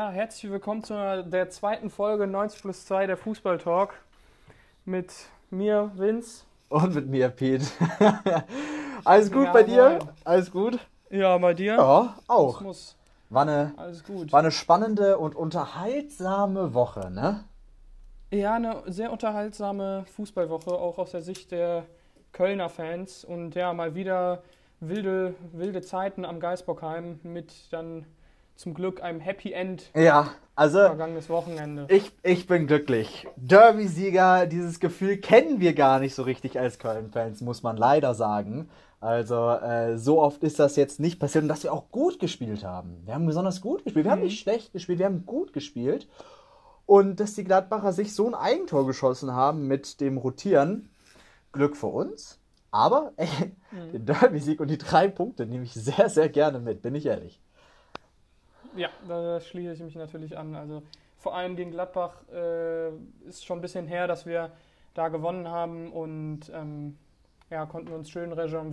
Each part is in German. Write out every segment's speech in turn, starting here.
Ja, herzlich willkommen zu der zweiten Folge 90+2 der Fußball-Talk mit mir, Vince. Und mit mir, Pete. Alles gut bei Ja, dir? moin. Alles gut? Ja, bei dir? Ja, Das auch. muss. War eine, Alles gut. war eine spannende und unterhaltsame Woche, ne? Ja, eine sehr unterhaltsame Fußballwoche, auch aus der Sicht der Kölner Fans. Und ja, mal wieder wilde Zeiten am Geisbockheim mit dann zum Glück einem Happy End Ja, also vergangenes Wochenende. ich bin glücklich. Derby-Sieger, dieses Gefühl kennen wir gar nicht so richtig als Köln-Fans, muss man leider sagen. Also so oft ist das jetzt nicht passiert und dass wir auch gut gespielt haben. Wir haben besonders gut gespielt. Wir haben nicht schlecht gespielt, wir haben gut gespielt. Und dass die Gladbacher sich so ein Eigentor geschossen haben mit dem Rotieren, Glück für uns. Aber den Derby-Sieg und die 3 Punkte nehme ich sehr, sehr gerne mit, bin ich ehrlich. Ja, da schließe ich mich natürlich an. Also vor allem gegen Gladbach ist schon ein bisschen her, dass wir da gewonnen haben und ja, konnten uns schön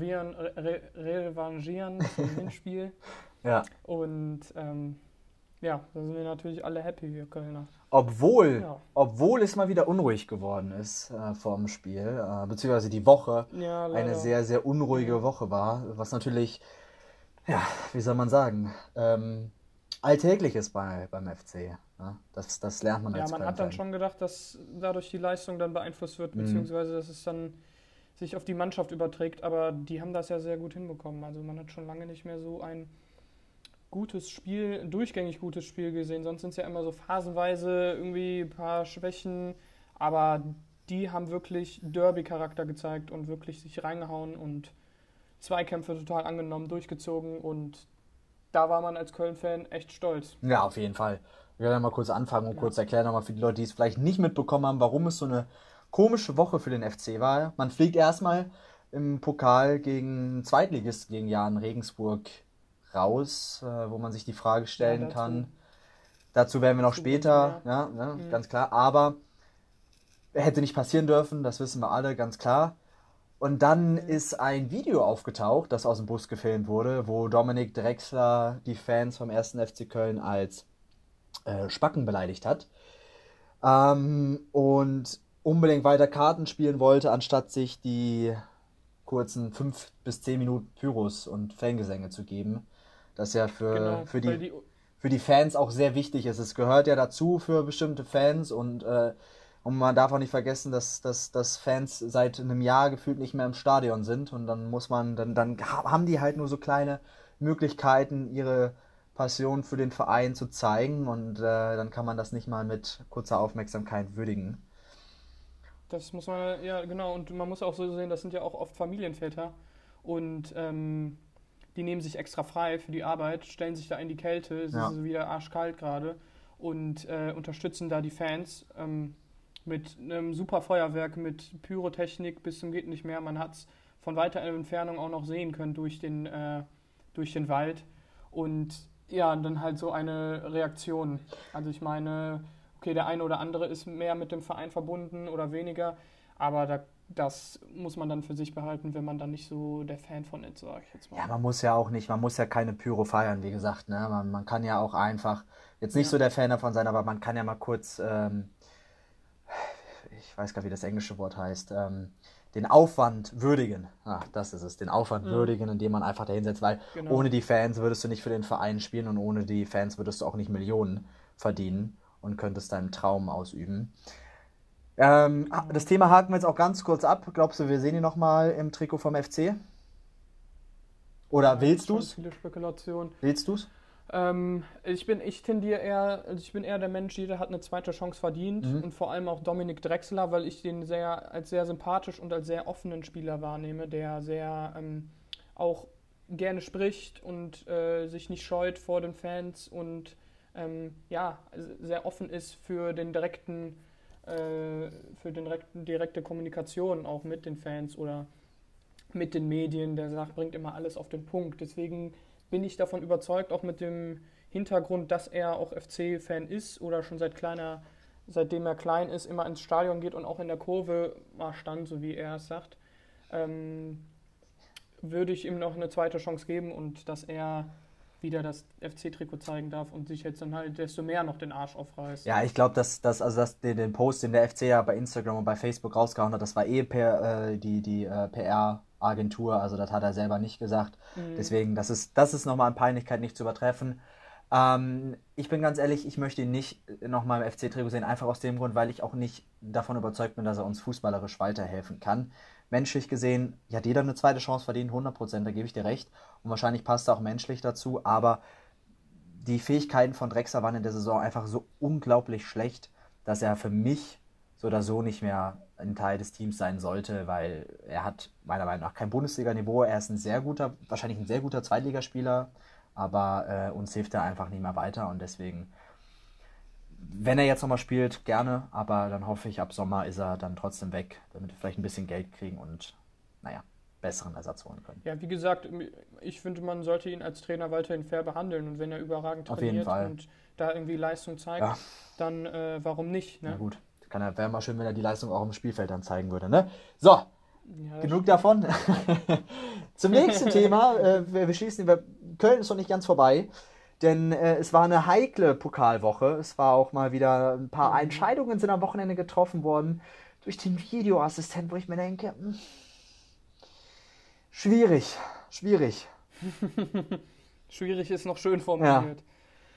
revanchieren vom Hinspiel. Ja. Und ja, da sind wir natürlich alle happy, wir Kölner. Obwohl, Ja, obwohl es mal wieder unruhig geworden ist vor dem Spiel, beziehungsweise die Woche ja, eine leider. sehr, sehr Mhm. unruhige Woche war, was natürlich, ja, wie soll man sagen, alltäglich ist beim FC. Ne? Das lernt man Ja, als man hat dann Köln-Fan. schon gedacht, dass dadurch die Leistung dann beeinflusst wird, Mhm. beziehungsweise dass es dann sich auf die Mannschaft überträgt, aber die haben das ja sehr gut hinbekommen. Also man hat schon lange nicht mehr so ein gutes Spiel, ein durchgängig gutes Spiel gesehen. Sonst sind es ja immer so phasenweise irgendwie ein paar Schwächen, aber die haben wirklich Derby-Charakter gezeigt und wirklich sich reingehauen und Zweikämpfe total angenommen, durchgezogen und da war man als Köln-Fan echt stolz. Ja, auf jeden Fall. Ich werde mal kurz anfangen und Ja, kurz erklären, nochmal für die Leute, die es vielleicht nicht mitbekommen haben, warum es so eine komische Woche für den FC war. Man fliegt erstmal im Pokal gegen einen Zweitligisten gegen Jahn Regensburg raus, wo man sich die Frage ja stellen dazu, kann. Dazu werden wir noch dazu gleich später, mehr. ja, ne, Mhm. ganz klar. Aber hätte nicht passieren dürfen, das wissen wir alle, ganz klar. Und dann Mhm. ist ein Video aufgetaucht, das aus dem Bus gefilmt wurde, wo Dominik Drexler die Fans vom 1. FC Köln als Spacken beleidigt hat. Und unbedingt weiter Karten spielen wollte, anstatt sich die kurzen 5 bis 10 Minuten Pyros und Fangesänge zu geben. Das ja Genau, weil die, für die Fans auch sehr wichtig ist. Es gehört ja dazu für bestimmte Fans und man darf auch nicht vergessen, dass Fans seit einem Jahr gefühlt nicht mehr im Stadion sind und dann muss man, dann haben die halt nur so kleine Möglichkeiten, ihre Passion für den Verein zu zeigen und dann kann man das nicht mal mit kurzer Aufmerksamkeit würdigen. das muss man, ja genau, und man muss auch so sehen, das sind ja auch oft Familienväter und die nehmen sich extra frei für die Arbeit, stellen sich da in die Kälte, es ist Ja. so wieder arschkalt gerade und unterstützen da die Fans mit einem super Feuerwerk, mit Pyrotechnik bis zum geht nicht mehr. Man hat es von weiter Entfernung auch noch sehen können durch den Wald und ja, dann halt so eine Reaktion. Also ich meine, okay, der eine oder andere ist mehr mit dem Verein verbunden oder weniger, aber das muss man dann für sich behalten, wenn man dann nicht so der Fan von ist, sage ich jetzt Ja, mal. man muss ja auch nicht, man muss ja keine Pyro feiern, wie gesagt, ne? Man kann ja auch einfach, jetzt nicht Ja, so der Fan davon sein, aber man kann ja mal kurz, ich weiß gar nicht, wie das englische Wort heißt, den Aufwand würdigen. Ach, das ist es, den Aufwand mhm, würdigen, indem man einfach dahinsetzt, weil ohne genau. die Fans würdest du nicht für den Verein spielen und ohne die Fans würdest du auch nicht Millionen verdienen und könntest deinen Traum ausüben. Das Genau. Thema haken wir jetzt auch ganz kurz ab. Glaubst du, wir sehen ihn nochmal im Trikot vom FC? Oder Da gibt es willst schon du's? viele Spekulationen. Willst du's? Ich tendiere eher, also ich bin eher der Mensch, jeder hat eine zweite Chance verdient Mhm. und vor allem auch Dominik Drexler, weil ich den als sehr sympathisch und als sehr offenen Spieler wahrnehme, der sehr auch gerne spricht und sich nicht scheut vor den Fans und ja, sehr offen ist für den direkte Kommunikation auch mit den Fans oder mit den Medien, der sagt, bringt immer alles auf den Punkt. Deswegen bin ich davon überzeugt, auch mit dem Hintergrund, dass er auch FC-Fan ist oder schon seitdem er klein ist, immer ins Stadion geht und auch in der Kurve mal stand, so wie er es sagt, ähm, würde ich ihm noch eine zweite Chance geben und dass er wieder das FC-Trikot zeigen darf und sich jetzt dann halt desto mehr noch den Arsch aufreißt. Ja, ich glaube, den Post, den der FC ja bei Instagram und bei Facebook rausgehauen hat, das war die PR-Agentur, also das hat er selber nicht gesagt. Deswegen, das ist nochmal an Peinlichkeit nicht zu übertreffen. Ich bin ganz ehrlich, ich möchte ihn nicht nochmal im FC-Trikot sehen, einfach aus dem Grund, weil ich auch nicht davon überzeugt bin, dass er uns fußballerisch weiterhelfen kann. Menschlich gesehen, ja, jeder eine zweite Chance verdient, 100%, da gebe ich dir recht. Und wahrscheinlich passt er auch menschlich dazu, aber die Fähigkeiten von Drexler waren in der Saison einfach so unglaublich schlecht, dass er für mich so oder so nicht mehr ein Teil des Teams sein sollte, weil er hat meiner Meinung nach kein Bundesliga-Niveau. Er ist wahrscheinlich ein sehr guter Zweitligaspieler, aber uns hilft er einfach nicht mehr weiter und deswegen, wenn er jetzt nochmal spielt, gerne, aber dann hoffe ich, ab Sommer ist er dann trotzdem weg, damit wir vielleicht ein bisschen Geld kriegen und, naja, besseren Ersatz holen können. Ja, wie gesagt, ich finde, man sollte ihn als Trainer weiterhin fair behandeln und wenn er überragend trainiert und da irgendwie Leistung zeigt, dann warum nicht? Ne? Na gut, wäre mal schön, wenn er die Leistung auch im Spielfeld dann zeigen würde. Ne? So, genug davon. Zum nächsten Thema. Wir schließen Köln ist noch nicht ganz vorbei, denn es war eine heikle Pokalwoche. Es war auch mal wieder ein paar Entscheidungen sind am Wochenende getroffen worden durch den Videoassistent, wo ich mir denke, schwierig. Schwierig ist noch schön formuliert.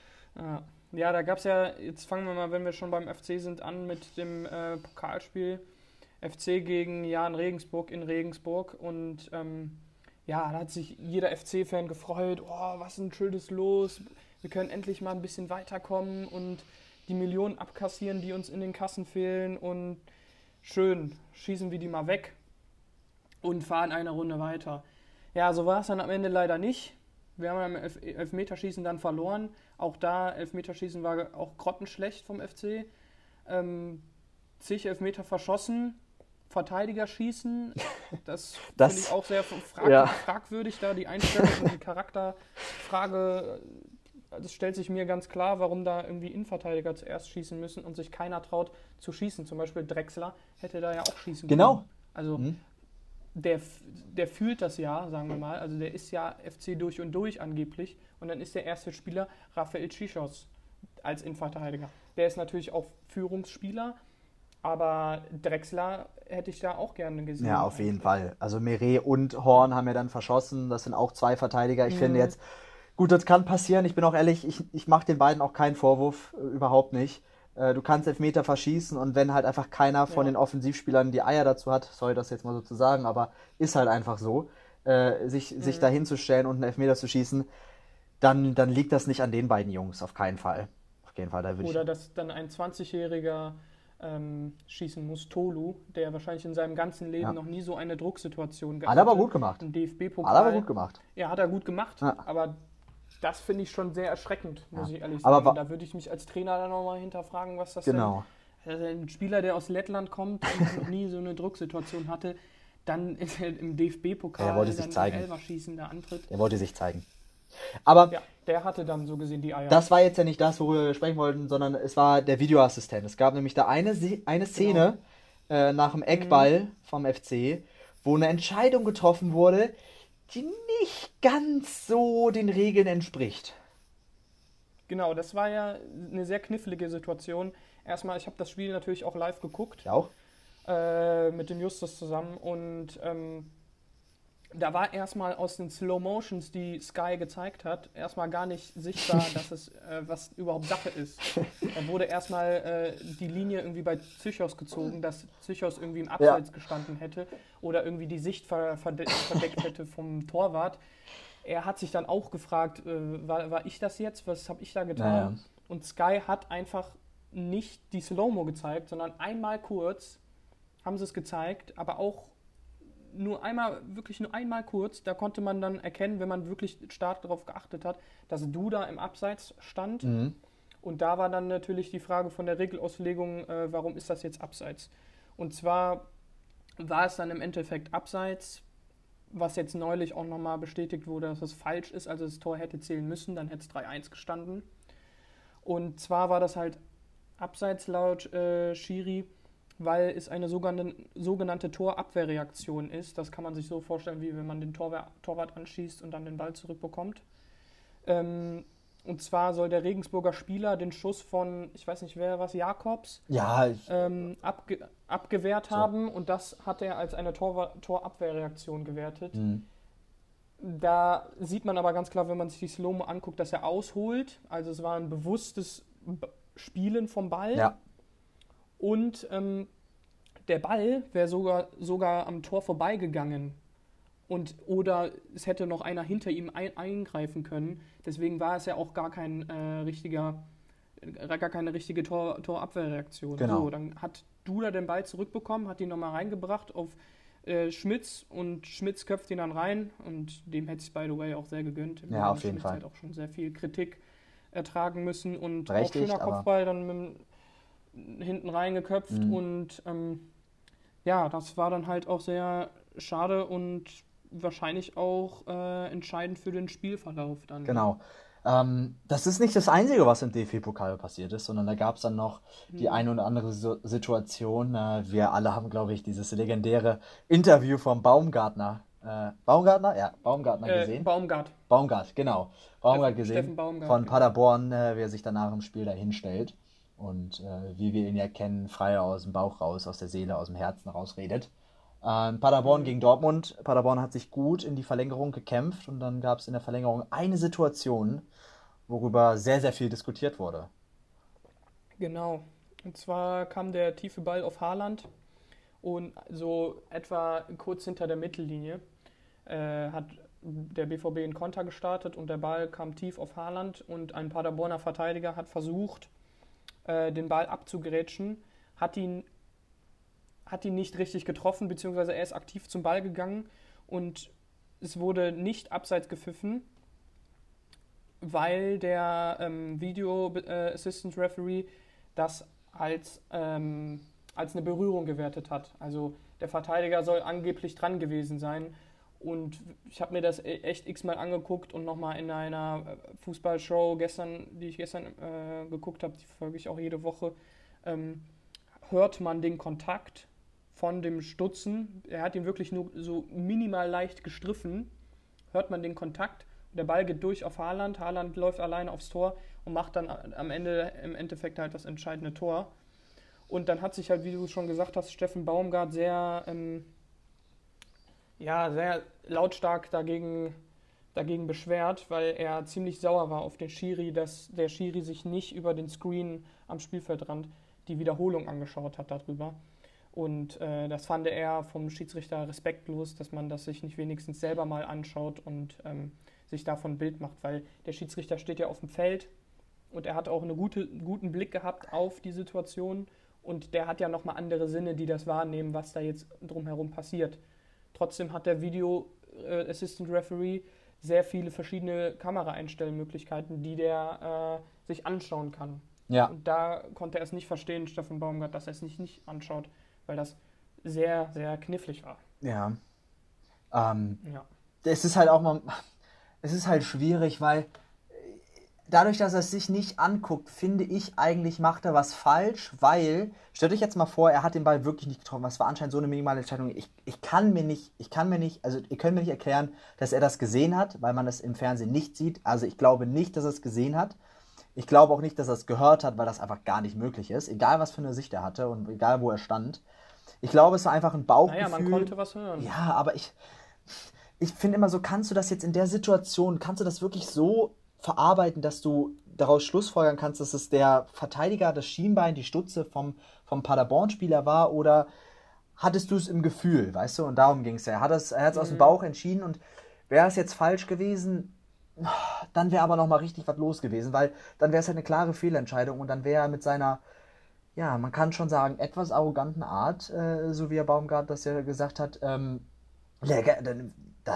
Ja, da gab es ja, jetzt fangen wir mal, wenn wir schon beim FC sind, an mit dem Pokalspiel FC gegen Jahn Regensburg in Regensburg und da hat sich jeder FC-Fan gefreut, oh, was ein schönes Los, wir können endlich mal ein bisschen weiterkommen und die Millionen abkassieren, die uns in den Kassen fehlen und schön, schießen wir die mal weg und fahren eine Runde weiter. Ja, so war es dann am Ende leider nicht. Wir haben im Elfmeterschießen dann verloren. Auch da, Elfmeterschießen war auch grottenschlecht vom FC. Zig Elfmeter verschossen, Verteidiger schießen. Das finde ich auch sehr fragwürdig, da die Einstellung und die Charakterfrage. Es stellt sich mir ganz klar, warum da irgendwie Innenverteidiger zuerst schießen müssen und sich keiner traut zu schießen. Zum Beispiel Drexler hätte da ja auch schießen können. Genau. Also der fühlt das ja, sagen wir mal. Also der ist ja FC durch und durch angeblich. Und dann ist der erste Spieler Rafael Cissos als Innenverteidiger. Der ist natürlich auch Führungsspieler, aber Drexler hätte ich da auch gerne gesehen. Ja, auf jeden Fall. Also Meret und Horn haben ja dann verschossen. Das sind auch zwei Verteidiger. Ich finde jetzt, gut, das kann passieren. Ich bin auch ehrlich, ich mache den beiden auch keinen Vorwurf, überhaupt nicht. Du kannst Elfmeter verschießen und wenn halt einfach keiner von den Offensivspielern die Eier dazu hat, sorry, das jetzt mal so zu sagen, aber ist halt einfach so, sich da hinzustellen und einen Elfmeter zu schießen, dann liegt das nicht an den beiden Jungs, auf keinen Fall. Auf jeden Fall, da würde Oder dass dann ein 20-Jähriger schießen muss, Tolu, der wahrscheinlich in seinem ganzen Leben noch nie so eine Drucksituation gehabt hat. Hat er aber gut gemacht. Im DFB-Pokal. Hat er aber gut gemacht. Ja, hat er gut gemacht, aber das finde ich schon sehr erschreckend, muss ich ehrlich sagen. Aber da würde ich mich als Trainer dann nochmal hinterfragen, was das genau. denn... Ein Spieler, der aus Lettland kommt und noch nie so eine Drucksituation hatte, dann ist er im DFB-Pokal dann Elferschießen da antritt. Er wollte sich zeigen. Aber ja, der hatte dann so gesehen die Eier. Das war jetzt ja nicht das, worüber wir sprechen wollten, sondern es war der Videoassistent. Es gab nämlich da eine Szene nach dem Eckball vom FC, wo eine Entscheidung getroffen wurde, die nicht ganz so den Regeln entspricht. Genau, das war ja eine sehr knifflige Situation. Erstmal, ich habe das Spiel natürlich auch live geguckt. Ich auch. Mit dem Justus zusammen und da war erstmal aus den Slow Motions, die Sky gezeigt hat, erstmal gar nicht sichtbar, dass es was überhaupt Sache ist. Da wurde erstmal die Linie irgendwie bei Zychos gezogen, dass Zychos irgendwie im Abseits gestanden hätte oder irgendwie die Sicht verdeckt hätte vom Torwart. Er hat sich dann auch gefragt, war ich das jetzt? Was habe ich da getan? Naja. Und Sky hat einfach nicht die Slow-Mo gezeigt, sondern einmal kurz haben sie es gezeigt, aber auch nur einmal kurz, da konnte man dann erkennen, wenn man wirklich stark darauf geachtet hat, dass Duda im Abseits stand. Und da war dann natürlich die Frage von der Regelauslegung, warum ist das jetzt Abseits? Und zwar war es dann im Endeffekt Abseits, was jetzt neulich auch nochmal bestätigt wurde, dass es falsch ist, also das Tor hätte zählen müssen, dann hätte es 3-1 gestanden. Und zwar war das halt Abseits laut Schiri, weil es eine sogenannte Torabwehrreaktion ist. Das kann man sich so vorstellen, wie wenn man den Torwart anschießt und dann den Ball zurückbekommt. Und zwar soll der Regensburger Spieler den Schuss von, ich weiß nicht wer was, Jakobs, Ja, abgewehrt so. haben und das hat er als eine Torabwehrreaktion gewertet. Mhm. Da sieht man aber ganz klar, wenn man sich die Slow-Mo anguckt, dass er ausholt. Also es war ein bewusstes Spielen vom Ball. Ja, Und der Ball wäre sogar am Tor vorbeigegangen. Oder es hätte noch einer hinter ihm eingreifen können. Deswegen war es ja auch gar keine richtige Torabwehrreaktion. genau. So, dann hat Duda den Ball zurückbekommen, hat ihn nochmal reingebracht auf Schmitz und Schmitz köpft ihn dann rein und dem hätte es by the way auch sehr gegönnt. Ja, auf jeden Schmitz Fall. hat auch schon sehr viel Kritik ertragen müssen und Berechtigt, auch schöner aber- Kopfball dann hinten reingeköpft und ja, das war dann halt auch sehr schade und wahrscheinlich auch entscheidend für den Spielverlauf dann. Genau. Das ist nicht das Einzige, was im DFB-Pokal passiert ist, sondern da gab es dann noch die eine oder andere Situation. Wir alle haben, glaube ich, dieses legendäre Interview vom Baumgartner. Baumgartner? Ja, Baumgartner gesehen. Baumgart, genau. Baumgart gesehen. Steffen Baumgart, Von genau. Paderborn, wie er sich danach im Spiel da hinstellt. Und wie wir ihn ja kennen, frei aus dem Bauch raus, aus der Seele, aus dem Herzen rausredet. Paderborn gegen Dortmund. Paderborn hat sich gut in die Verlängerung gekämpft und dann gab es in der Verlängerung eine Situation, worüber sehr, sehr viel diskutiert wurde. Genau. Und zwar kam der tiefe Ball auf Haaland und so etwa kurz hinter der Mittellinie hat der BVB in Konter gestartet und der Ball kam tief auf Haaland und ein Paderborner Verteidiger hat versucht, den Ball abzugrätschen, hat ihn nicht richtig getroffen, beziehungsweise er ist aktiv zum Ball gegangen und es wurde nicht abseits gepfiffen, weil der Video Assistant Referee das als eine Berührung gewertet hat. Also der Verteidiger soll angeblich dran gewesen sein. Und ich habe mir das echt x-mal angeguckt und nochmal in einer Fußballshow die ich gestern geguckt habe, die folge ich auch jede Woche, hört man den Kontakt von dem Stutzen. Er hat ihn wirklich nur so minimal leicht gestriffen. Hört man den Kontakt. Der Ball geht durch auf Haaland. Haaland läuft alleine aufs Tor und macht dann am Ende im Endeffekt halt das entscheidende Tor. Und dann hat sich halt, wie du schon gesagt hast, Steffen Baumgart sehr lautstark dagegen beschwert, weil er ziemlich sauer war auf den Schiri, dass der Schiri sich nicht über den Screen am Spielfeldrand die Wiederholung angeschaut hat darüber. Und das fand er vom Schiedsrichter respektlos, dass man das sich nicht wenigstens selber mal anschaut und sich davon ein Bild macht, weil der Schiedsrichter steht ja auf dem Feld und er hat auch einen guten Blick gehabt auf die Situation und der hat ja nochmal andere Sinne, die das wahrnehmen, was da jetzt drumherum passiert. Trotzdem hat der Video Assistant Referee sehr viele verschiedene Kameraeinstellmöglichkeiten, die der sich anschauen kann. Ja. Und da konnte er es nicht verstehen, Steffen Baumgart, dass er es nicht anschaut, weil das sehr, sehr knifflig war. Ja. Ja. Es ist halt auch mal, es ist halt schwierig, weil dadurch, dass er es sich nicht anguckt, finde ich eigentlich, macht er was falsch, weil, stellt euch jetzt mal vor, er hat den Ball wirklich nicht getroffen, was war anscheinend so eine minimale Entscheidung. Ich kann mir nicht, also ihr könnt mir nicht erklären, dass er das gesehen hat, weil man es im Fernsehen nicht sieht. Also ich glaube nicht, dass er es gesehen hat. Ich glaube auch nicht, dass er es gehört hat, weil das einfach gar nicht möglich ist, egal was für eine Sicht er hatte und egal wo er stand. Ich glaube, es war einfach ein Bauchgefühl. Naja, man konnte was hören. Ja, aber ich finde immer so, kannst du das jetzt in der Situation, kannst du das wirklich so verarbeiten, dass du daraus schlussfolgern kannst, dass es der Verteidiger, das Schienbein, die Stütze vom Paderborn-Spieler war, oder hattest du es im Gefühl, weißt du? Und darum ging es ja. Er hat es aus dem Bauch entschieden und wäre es jetzt falsch gewesen, dann wäre aber nochmal richtig was los gewesen, weil dann wäre es halt eine klare Fehlentscheidung und dann wäre er mit seiner, ja, man kann schon sagen, etwas arroganten Art, so wie Herr Baumgart das ja gesagt hat, wäre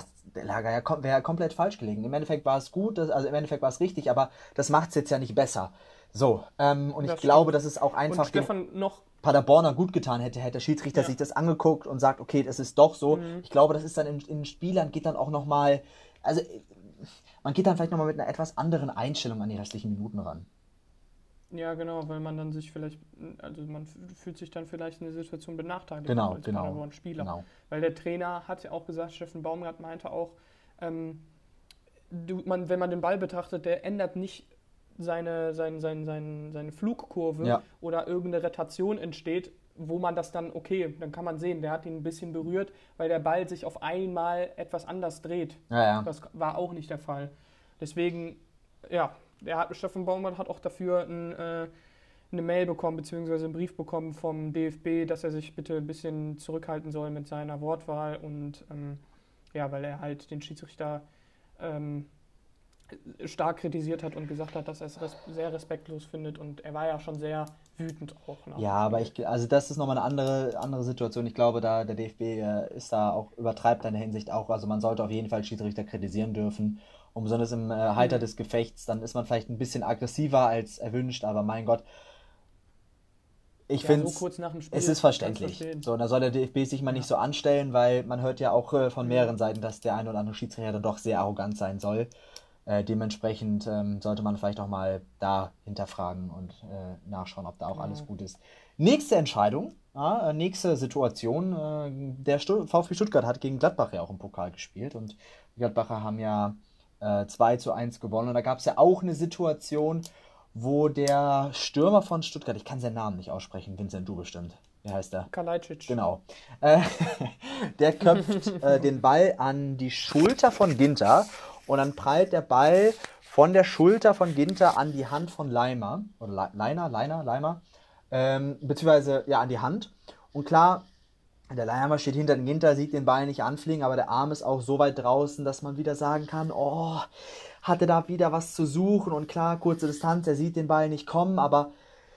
ja komplett falsch gelegen. Im Endeffekt war es gut, also im Endeffekt war es richtig, aber das macht es jetzt ja nicht besser. So, und ich glaube, dass es auch einfach Stefan, Paderborner gut getan hätte der Schiedsrichter sich das angeguckt und sagt, okay, das ist doch so. Ich glaube, das ist dann in den Spielern, geht dann auch nochmal, also man geht dann vielleicht nochmal mit einer etwas anderen Einstellung an die restlichen Minuten ran. Ja, genau, weil man dann sich vielleicht, also man fühlt sich dann vielleicht in der Situation benachteiligt als Paderborn-Spieler. Genau. Weil der Trainer hat ja auch gesagt, Steffen Baumgart meinte auch, wenn man den Ball betrachtet, der ändert nicht seine Flugkurve oder irgendeine Rotation entsteht, wo man das dann, okay, dann kann man sehen, der hat ihn ein bisschen berührt, weil der Ball sich auf einmal etwas anders dreht. Ja. Das war auch nicht der Fall. Deswegen, Steffen Baumgart hat auch dafür eine Mail bekommen, beziehungsweise einen Brief bekommen vom DFB, dass er sich bitte ein bisschen zurückhalten soll mit seiner Wortwahl und weil er halt den Schiedsrichter stark kritisiert hat und gesagt hat, dass er es sehr respektlos findet und er war ja schon sehr wütend auch. Ja, aber also das ist nochmal eine andere Situation. Ich glaube, da der DFB ist da auch, übertreibt in der Hinsicht auch, also man sollte auf jeden Fall Schiedsrichter kritisieren dürfen. Und besonders im Heiter des Gefechts, dann ist man vielleicht ein bisschen aggressiver als erwünscht, aber mein Gott, ich finde, so kurz nach dem Spiel es ist verständlich. So, und da soll der DFB sich mal nicht so anstellen, weil man hört ja auch von mehreren Seiten, dass der ein oder andere Schiedsrichter dann doch sehr arrogant sein soll. Dementsprechend sollte man vielleicht auch mal da hinterfragen und nachschauen, ob da auch alles gut ist. Nächste Entscheidung, nächste Situation. Der VfB Stuttgart hat gegen Gladbach ja auch im Pokal gespielt und die Gladbacher haben ja 2:1 gewonnen. Und da gab es ja auch eine Situation, wo der Stürmer von Stuttgart, ich kann seinen Namen nicht aussprechen, Vincent, du bestimmt. Wie heißt der? Kalajdzic. Genau. Der köpft den Ball an die Schulter von Ginter und dann prallt der Ball von der Schulter von Ginter an die Hand von Leimer. Oder Leimer. Beziehungsweise ja an die Hand. Und klar, der Leimer steht hinter den Ginter, sieht den Ball nicht anfliegen, aber der Arm ist auch so weit draußen, dass man wieder sagen kann, oh, hatte da wieder was zu suchen. Und klar, kurze Distanz, er sieht den Ball nicht kommen, aber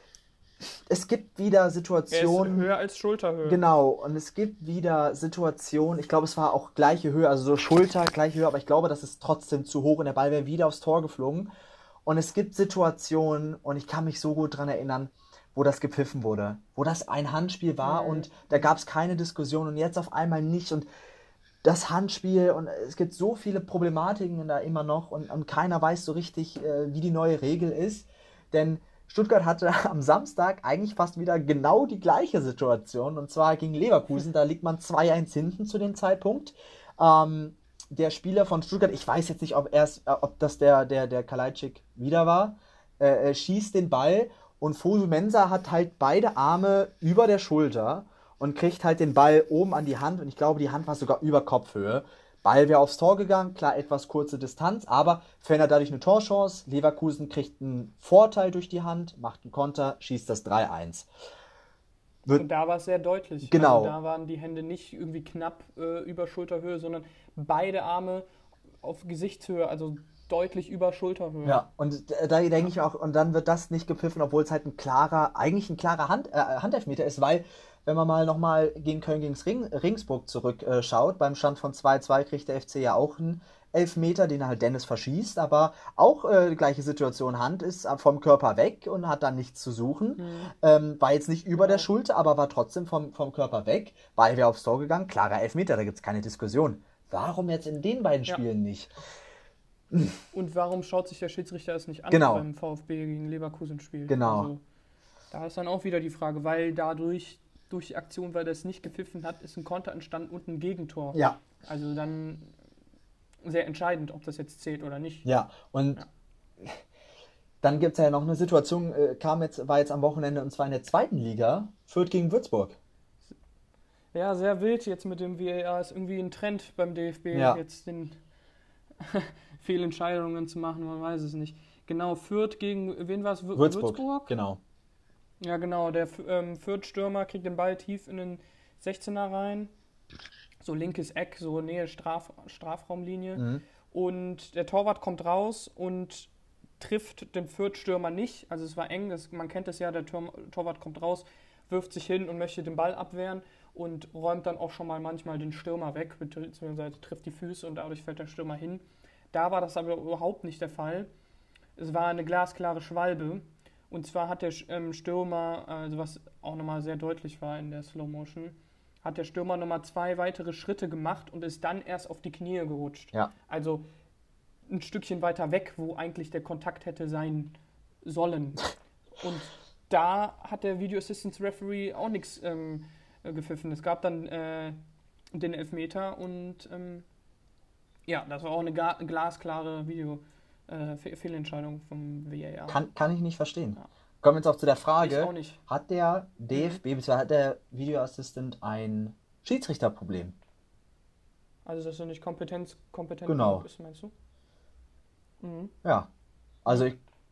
es gibt wieder Situationen. Er ist höher als Schulterhöhe. Genau, und es gibt wieder Situationen, ich glaube, es war auch gleiche Höhe, also so Schulter, gleiche Höhe, aber ich glaube, das ist trotzdem zu hoch und der Ball wäre wieder aufs Tor geflogen. Und es gibt Situationen, und ich kann mich so gut dran erinnern, wo das gepfiffen wurde, wo das ein Handspiel war und da gab es keine Diskussion und jetzt auf einmal nicht. Und das Handspiel, und es gibt so viele Problematiken da immer noch und keiner weiß so richtig, wie die neue Regel ist. Denn Stuttgart hatte am Samstag eigentlich fast wieder genau die gleiche Situation, und zwar gegen Leverkusen. Da liegt man 2:1 hinten zu dem Zeitpunkt. Der Spieler von Stuttgart, ich weiß jetzt nicht, ob das der Kalajdzic wieder war, schießt den Ball und Fosu Mensah hat halt beide Arme über der Schulter und kriegt halt den Ball oben an die Hand, und ich glaube, die Hand war sogar über Kopfhöhe. Ball wäre aufs Tor gegangen, klar, etwas kurze Distanz, aber verändert dadurch eine Torchance. Leverkusen kriegt einen Vorteil durch die Hand, macht einen Konter, schießt das 3:1. Und da war es sehr deutlich. Genau. Also da waren die Hände nicht irgendwie knapp über Schulterhöhe, sondern beide Arme auf Gesichtshöhe, also deutlich über Schulterhöhe. Ja, und da denke ich auch, und dann wird das nicht gepfiffen, obwohl es halt eigentlich ein klarer Handelfmeter ist, weil, wenn man mal nochmal gegen Köln gegen Regensburg zurückschaut, beim Stand von 2:2 kriegt der FC ja auch einen Elfmeter, den halt Dennis verschießt, aber auch die gleiche Situation, Hand ist vom Körper weg und hat dann nichts zu suchen. War jetzt nicht über der Schulter, aber war trotzdem vom Körper weg. Ball wäre aufs Tor gegangen, klarer Elfmeter, da gibt es keine Diskussion. Warum jetzt in den beiden Spielen nicht? Und warum schaut sich der Schiedsrichter es nicht an, beim VfB gegen Leverkusen spielt? Genau. Also, da ist dann auch wieder die Frage, weil durch die Aktion, weil er es nicht gepfiffen hat, ist ein Konter entstanden und ein Gegentor. Ja. Also dann sehr entscheidend, ob das jetzt zählt oder nicht. Ja, und dann gibt es ja noch eine Situation, war jetzt am Wochenende, und zwar in der zweiten Liga, Fürth gegen Würzburg. Ja, sehr wild jetzt mit dem VAR, ist irgendwie ein Trend beim DFB, jetzt den Fehlentscheidungen zu machen, man weiß es nicht. Genau, Fürth gegen, wen war es? Würzburg? Genau. Ja, genau, der Fürth-Stürmer kriegt den Ball tief in den 16er rein, so linkes Eck, so Nähe Strafraumlinie, und der Torwart kommt raus und trifft den Fürth-Stürmer nicht, also es war eng, man kennt es ja, der Torwart kommt raus, wirft sich hin und möchte den Ball abwehren und räumt dann auch schon mal manchmal den Stürmer weg, beziehungsweise trifft die Füße und dadurch fällt der Stürmer hin. Da war das aber überhaupt nicht der Fall. Es war eine glasklare Schwalbe. Und zwar hat der Stürmer, also was auch nochmal sehr deutlich war in der Slow Motion, hat der Stürmer nochmal 2 weitere Schritte gemacht und ist dann erst auf die Knie gerutscht. Ja. Also ein Stückchen weiter weg, wo eigentlich der Kontakt hätte sein sollen. Und da hat der Video Assistance Referee auch nichts gepfiffen. Es gab dann den Elfmeter und Ja, das war auch eine glasklare Fehlentscheidung vom VAR. Kann ich nicht verstehen. Ja. Kommen wir jetzt auch zu der Ich Frage, auch nicht. hat der DFB, bzw. hat der Video Assistant ein Schiedsrichterproblem? Also, dass er nicht kompetent Genau. genug ist, meinst du? Mhm. Ja. Also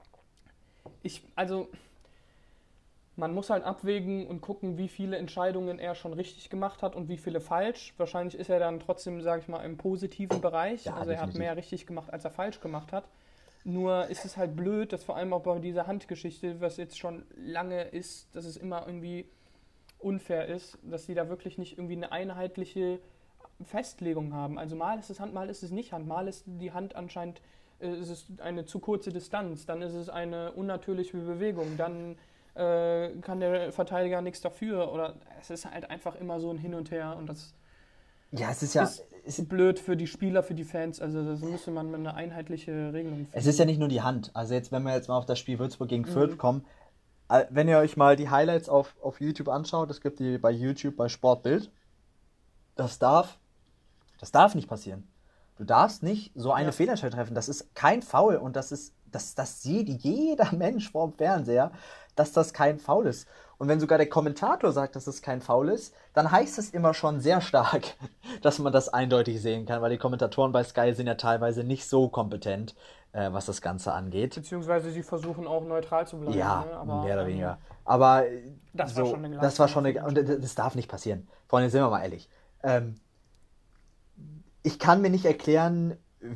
Also, man muss halt abwägen und gucken, wie viele Entscheidungen er schon richtig gemacht hat und wie viele falsch. Wahrscheinlich ist er dann trotzdem, sage ich mal, im positiven Bereich. Ja, Also er hat definitiv. mehr richtig gemacht, als er falsch gemacht hat. Nur ist es halt blöd, dass vor allem auch bei dieser Handgeschichte, was jetzt schon lange ist, dass es immer irgendwie unfair ist, dass die da wirklich nicht irgendwie eine einheitliche Festlegung haben. Also mal ist es Hand, mal ist es nicht Hand. Mal ist die Hand anscheinend ist es eine zu kurze Distanz, dann ist es eine unnatürliche Bewegung, dann kann der Verteidiger nichts dafür oder es ist halt einfach immer so ein Hin und Her und das ja, es ist ja, ist blöd für die Spieler, für die Fans, also das müsste man mit einer einheitliche Regelung finden. es ist ja nicht nur die Hand. Also jetzt, wenn wir jetzt mal auf das Spiel Würzburg gegen Fürth kommen, wenn ihr euch mal die Highlights auf YouTube anschaut, es gibt die bei YouTube bei Sportbild, das darf, das darf nicht passieren. Du darfst nicht so eine Ja. Fehlentscheidung treffen. Das ist kein Foul und das sieht jeder Mensch vorm Fernseher, dass das kein Foul ist. Und wenn sogar der Kommentator sagt, dass es kein Foul ist, dann heißt es immer schon sehr stark, dass man das eindeutig sehen kann, weil die Kommentatoren bei Sky sind ja teilweise nicht so kompetent, was das Ganze angeht. Beziehungsweise sie versuchen auch neutral zu bleiben. Ja, Ne? Aber, mehr oder weniger. Aber das war so, schon eine das war schon glasklare eine, und das darf nicht passieren. Freunde, sind wir mal ehrlich. Ich kann mir nicht erklären,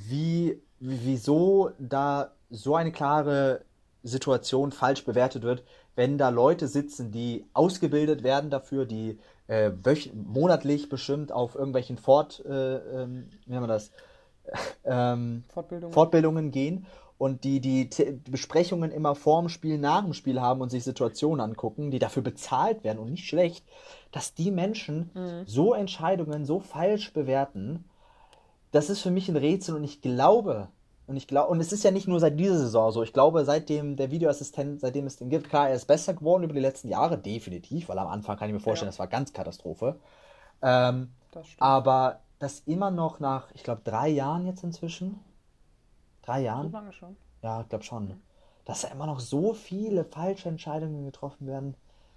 wieso da so eine klare Situation falsch bewertet wird, wenn da Leute sitzen, die ausgebildet werden dafür, die monatlich bestimmt auf irgendwelchen wie nennt man das? Fortbildung. Fortbildungen gehen und die Besprechungen immer vorm Spiel, nach dem Spiel haben und sich Situationen angucken, die dafür bezahlt werden und nicht schlecht, dass die Menschen so Entscheidungen so falsch bewerten. Das ist für mich ein Rätsel und und es ist ja nicht nur seit dieser Saison so. Ich glaube, seitdem der Videoassistent, seitdem es den gibt, klar, er ist besser geworden über die letzten Jahre, definitiv, weil am Anfang kann ich mir vorstellen, Ja. das war ganz Katastrophe. Das stimmt. Aber das immer noch nach, ich glaube, 3 Jahren jetzt inzwischen. 3 Jahren? So lange schon. Ja, ich glaube schon. Dass da immer noch so viele falsche Entscheidungen getroffen werden.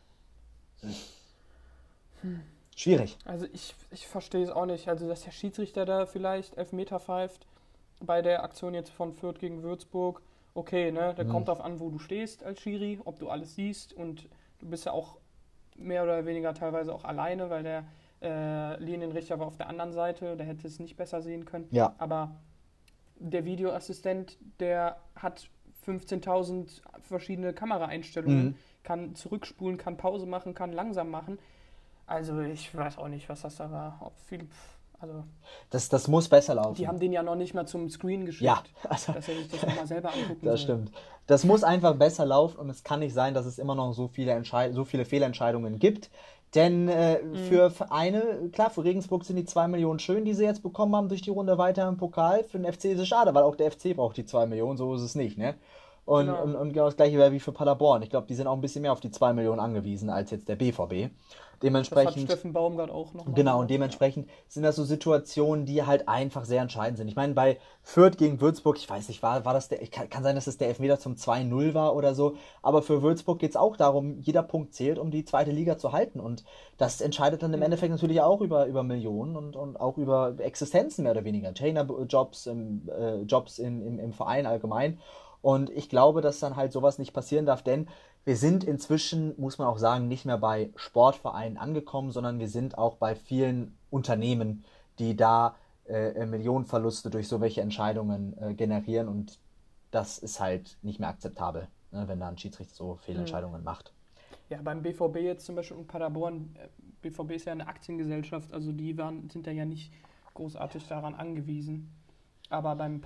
Schwierig. Also ich verstehe es auch nicht. Also dass der Schiedsrichter da vielleicht Elfmeter pfeift bei der Aktion jetzt von Fürth gegen Würzburg. Okay, ne, da kommt drauf an, wo du stehst als Schiri, ob du alles siehst und du bist ja auch mehr oder weniger teilweise auch alleine, weil der Linienrichter war auf der anderen Seite, der hätte es nicht besser sehen können. Ja. Aber der Videoassistent, der hat 15.000 verschiedene Kameraeinstellungen, kann zurückspulen, kann Pause machen, kann langsam machen. Also ich weiß auch nicht, was das da war. Ob viel, also Das muss besser laufen. die haben den ja noch nicht mal zum Screen geschickt, Ja, also dass er sich das nochmal selber angucken das soll. stimmt. Das muss einfach besser laufen und es kann nicht sein, dass es immer noch so viele Fehlentscheidungen gibt. Denn für Vereine, klar, für Regensburg sind die 2 Millionen schön, die sie jetzt bekommen haben durch die Runde weiter im Pokal. Für den FC ist es schade, weil auch der FC braucht die 2 Millionen, so ist es nicht, ne? Und, Genau. und genau das gleiche wäre wie für Paderborn. Ich glaube, die sind auch ein bisschen mehr auf die 2 Millionen angewiesen als jetzt der BVB. Das hat Dementsprechend. Steffen Baumgart auch nochmal Genau, und gesagt. dementsprechend sind das so Situationen, die halt einfach sehr entscheidend sind. Ich meine, bei Fürth gegen Würzburg, ich weiß nicht, war das kann sein, dass es der Elfmeter zum 2-0 war oder so, aber für Würzburg geht es auch darum, jeder Punkt zählt, um die zweite Liga zu halten. Und das entscheidet dann im Endeffekt natürlich auch über Millionen und auch über Existenzen mehr oder weniger. Trainerjobs, Jobs im Verein allgemein. Und ich glaube, dass dann halt sowas nicht passieren darf, denn wir sind inzwischen, muss man auch sagen, nicht mehr bei Sportvereinen angekommen, sondern wir sind auch bei vielen Unternehmen, die da Millionenverluste durch so welche Entscheidungen generieren und das ist halt nicht mehr akzeptabel, ne, wenn da ein Schiedsrichter so Fehlentscheidungen macht. Ja, beim BVB jetzt zum Beispiel und Paderborn, BVB ist ja eine Aktiengesellschaft, also sind da ja nicht großartig daran angewiesen. Aber beim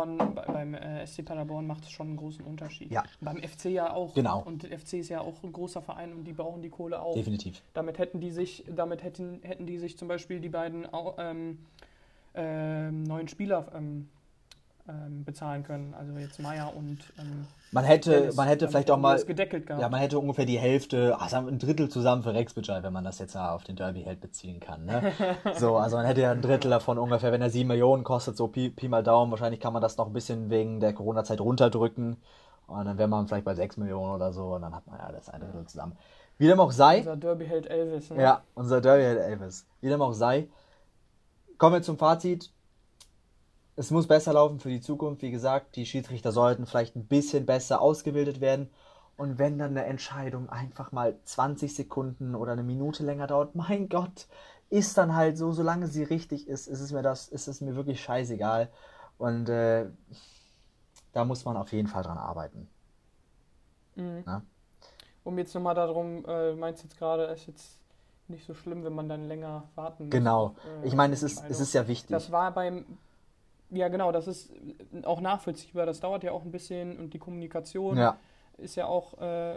SC Paderborn macht es schon einen großen Unterschied. Ja. Beim FC ja auch. Genau. Und der FC ist ja auch ein großer Verein und die brauchen die Kohle auch. Definitiv. Damit hätten die sich zum Beispiel die beiden neuen Spieler bezahlen können. Also jetzt Meier und Man hätte Dennis, vielleicht dann auch mal, das gedeckelt gehabt. ja, man hätte ungefähr die Hälfte, also ein Drittel zusammen für Rex Bitschei, wenn man das jetzt auf den Derby-Held beziehen kann. Ne? So, also man hätte ja ein Drittel davon ungefähr, wenn er 7 Millionen kostet, so Pi mal Daumen. Wahrscheinlich kann man das noch ein bisschen wegen der Corona-Zeit runterdrücken. Und dann wäre man vielleicht bei 6 Millionen oder so und dann hat man ja das eine Drittel zusammen. Wie dem auch sei. Unser Derby-Held Elvis. Ne? Ja, unser Derby-Held Elvis. Wie dem auch sei. Kommen wir zum Fazit. Es muss besser laufen für die Zukunft. Wie gesagt, die Schiedsrichter sollten vielleicht ein bisschen besser ausgebildet werden. Und wenn dann eine Entscheidung einfach mal 20 Sekunden oder eine Minute länger dauert, mein Gott, ist dann halt so, solange sie richtig ist es mir wirklich scheißegal. Und da muss man auf jeden Fall dran arbeiten. Mhm. Na? Um jetzt nochmal darum, meinst du jetzt gerade, es ist jetzt nicht so schlimm, wenn man dann länger warten muss? Genau. Ich meine, es Entscheidung. ist ja wichtig. Das war ja genau, das ist auch nachvollziehbar. Das dauert ja auch ein bisschen und die Kommunikation Ja, ist ja auch,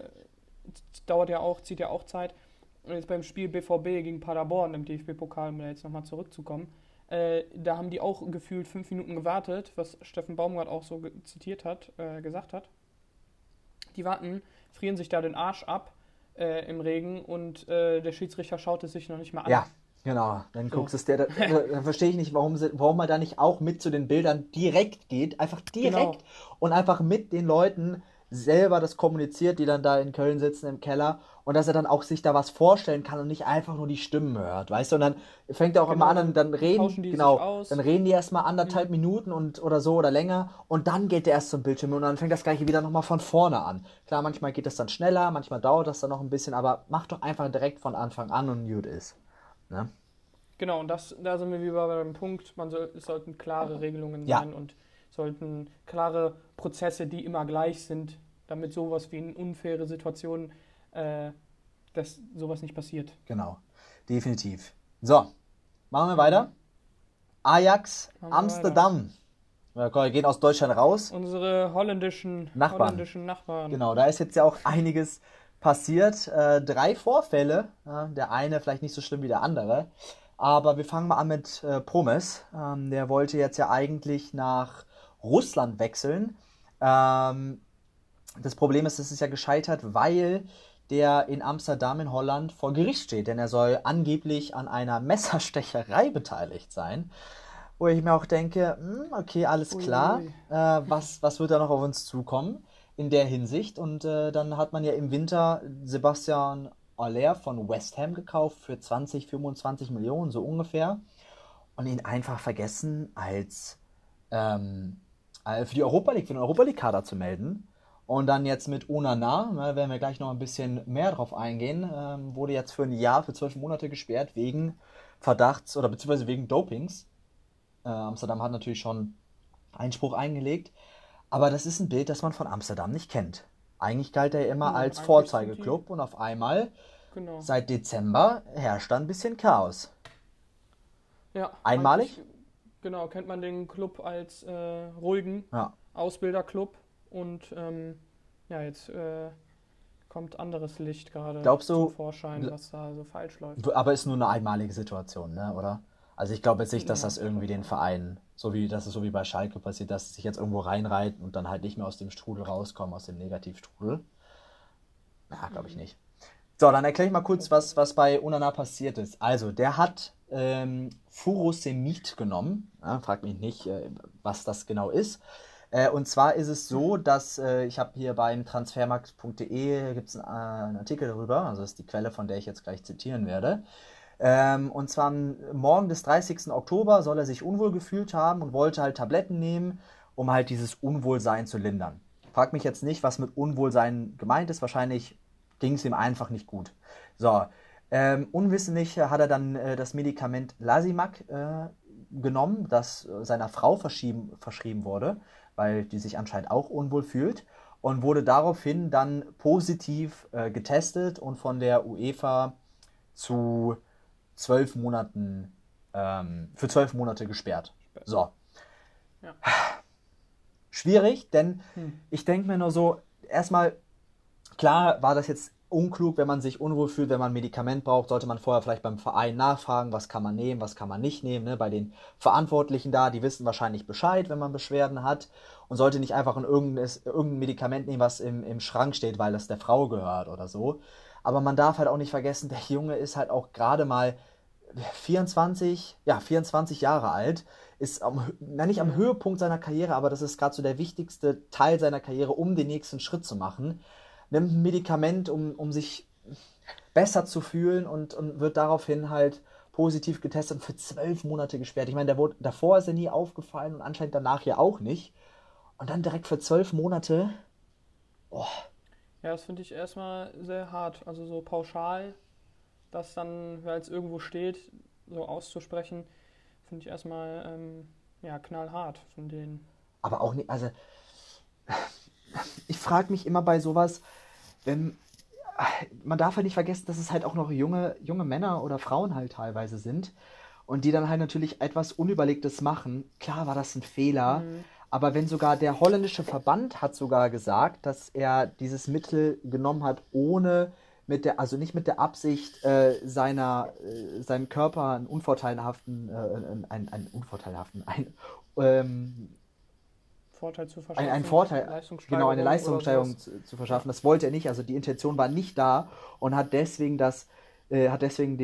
zieht ja auch Zeit. Und jetzt beim Spiel BVB gegen Paderborn im DFB-Pokal, um da jetzt nochmal zurückzukommen, da haben die auch gefühlt 5 Minuten gewartet, was Steffen Baumgart auch so gesagt hat. Die frieren sich da den Arsch ab im Regen und der Schiedsrichter schaut es sich noch nicht mal an. ja, genau. Dann So. guckst du es dir, dann verstehe ich nicht, warum man da nicht auch mit zu den Bildern direkt geht, einfach direkt Genau. und einfach mit den Leuten selber das kommuniziert, die dann da in Köln sitzen im Keller und dass er dann auch sich da was vorstellen kann und nicht einfach nur die Stimmen hört, weißt du? Und dann fängt er auch immer Genau, an und dann tauschen die sich genau, aus. dann reden die erstmal 1,5 Minuten oder so oder länger und dann geht der erst zum Bildschirm und dann fängt das Gleiche wieder nochmal von vorne an. Klar, manchmal geht das dann schneller, manchmal dauert das dann noch ein bisschen, aber mach doch einfach direkt von Anfang an und gut ist. Ne? Genau, und da sind wir wieder beim Punkt, es sollten klare Regelungen Ja. sein und sollten klare Prozesse, die immer gleich sind, damit sowas wie eine unfaire Situation, dass sowas nicht passiert. Genau, definitiv. So, machen wir weiter. Ajax Machen wir Amsterdam. Wir gehen aus Deutschland raus. Unsere holländischen Nachbarn. Genau, da ist jetzt ja auch einiges passiert. 3 Vorfälle. Der eine vielleicht nicht so schlimm wie der andere. Aber wir fangen mal an mit Promes. Der wollte jetzt ja eigentlich nach Russland wechseln. Das Problem ist, es ist ja gescheitert, weil der in Amsterdam in Holland vor Gericht steht. Denn er soll angeblich an einer Messerstecherei beteiligt sein. Wo ich mir auch denke, okay, alles klar. Uiui. Was wird da noch auf uns zukommen in der Hinsicht? Und dann hat man ja im Winter Sebastian Haller von West Ham gekauft für 20, 25 Millionen, so ungefähr. Und ihn einfach vergessen für die Europa League, für den Europa League-Kader zu melden. Und dann jetzt mit Onana, werden wir gleich noch ein bisschen mehr drauf eingehen, wurde jetzt für ein Jahr, für 12 Monate gesperrt wegen Verdachts oder beziehungsweise wegen Dopings. Amsterdam hat natürlich schon Einspruch eingelegt, aber das ist ein Bild, das man von Amsterdam nicht kennt. Eigentlich galt er immer Ja, als eigentlich Vorzeigeklub und auf einmal, Genau. seit Dezember, herrscht da ein bisschen Chaos. Ja, Einmalig? eigentlich, genau, kennt man den Club als ruhigen Ja. Ausbilderclub und ja, jetzt kommt anderes Licht gerade Glaubst du- zum Vorschein, was da so falsch läuft. Aber ist nur eine einmalige Situation, ne, oder? Also ich glaube jetzt nicht, dass Ja, das irgendwie den Verein, so wie bei Schalke passiert, dass sie sich jetzt irgendwo reinreiten und dann halt nicht mehr aus dem Strudel rauskommen, aus dem Negativstrudel. Ja, glaube ich nicht. So, dann erkläre ich mal kurz, was bei Onana passiert ist. Also, der hat Furosemid genommen. Ja, frag mich nicht, was das genau ist. Und zwar ist es so, dass ich habe hier beim transfermarkt.de gibt es einen Artikel darüber, also das ist die Quelle, von der ich jetzt gleich zitieren werde. Und zwar am Morgen des 30. Oktober soll er sich unwohl gefühlt haben und wollte halt Tabletten nehmen, um halt dieses Unwohlsein zu lindern. Frag mich jetzt nicht, was mit Unwohlsein gemeint ist. Wahrscheinlich ging es ihm einfach nicht gut. So, unwissentlich hat er dann das Medikament Lasimac genommen, das seiner Frau verschrieben wurde, weil die sich anscheinend auch unwohl fühlt und wurde daraufhin dann positiv getestet und von der UEFA zu 12 Monaten, für 12 Monate gesperrt. So. Ja. Schwierig, denn ich denke mir nur so, erstmal, klar war das jetzt unklug, wenn man sich unwohl fühlt, wenn man ein Medikament braucht, sollte man vorher vielleicht beim Verein nachfragen, was kann man nehmen, was kann man nicht nehmen. Ne? Bei den Verantwortlichen da, die wissen wahrscheinlich Bescheid, wenn man Beschwerden hat und sollte nicht einfach irgendein Medikament nehmen, was im Schrank steht, weil das der Frau gehört oder so. Aber man darf halt auch nicht vergessen, der Junge ist halt auch gerade mal 24 Jahre alt, ist nicht am Mhm. Höhepunkt seiner Karriere, aber das ist gerade so der wichtigste Teil seiner Karriere, um den nächsten Schritt zu machen. Nimmt ein Medikament, um sich besser zu fühlen und wird daraufhin halt positiv getestet und für 12 Monate gesperrt. Ich meine, davor ist er nie aufgefallen und anscheinend danach ja auch nicht. Und dann direkt für 12 Monate. Oh, Ja, das finde ich erstmal sehr hart. Also so pauschal, das dann, weil es irgendwo steht, so auszusprechen, finde ich erstmal ja, knallhart von denen. aber auch nicht, also ich frage mich immer bei sowas, wenn, man darf halt nicht vergessen, dass es halt auch noch junge Männer oder Frauen halt teilweise sind und die dann halt natürlich etwas Unüberlegtes machen. Klar war das ein Fehler, Mhm. aber wenn sogar der holländische Verband hat sogar gesagt, dass er dieses Mittel genommen hat, ohne also nicht mit der Absicht, seinem Körper ähm, Vorteil zu einen verschaffen, Vorteil, genau, eine Leistungssteigerung oder Leistungssteigerung sowas. zu Ja, verschaffen. Das wollte er nicht, also die Intention war nicht da und hat deswegen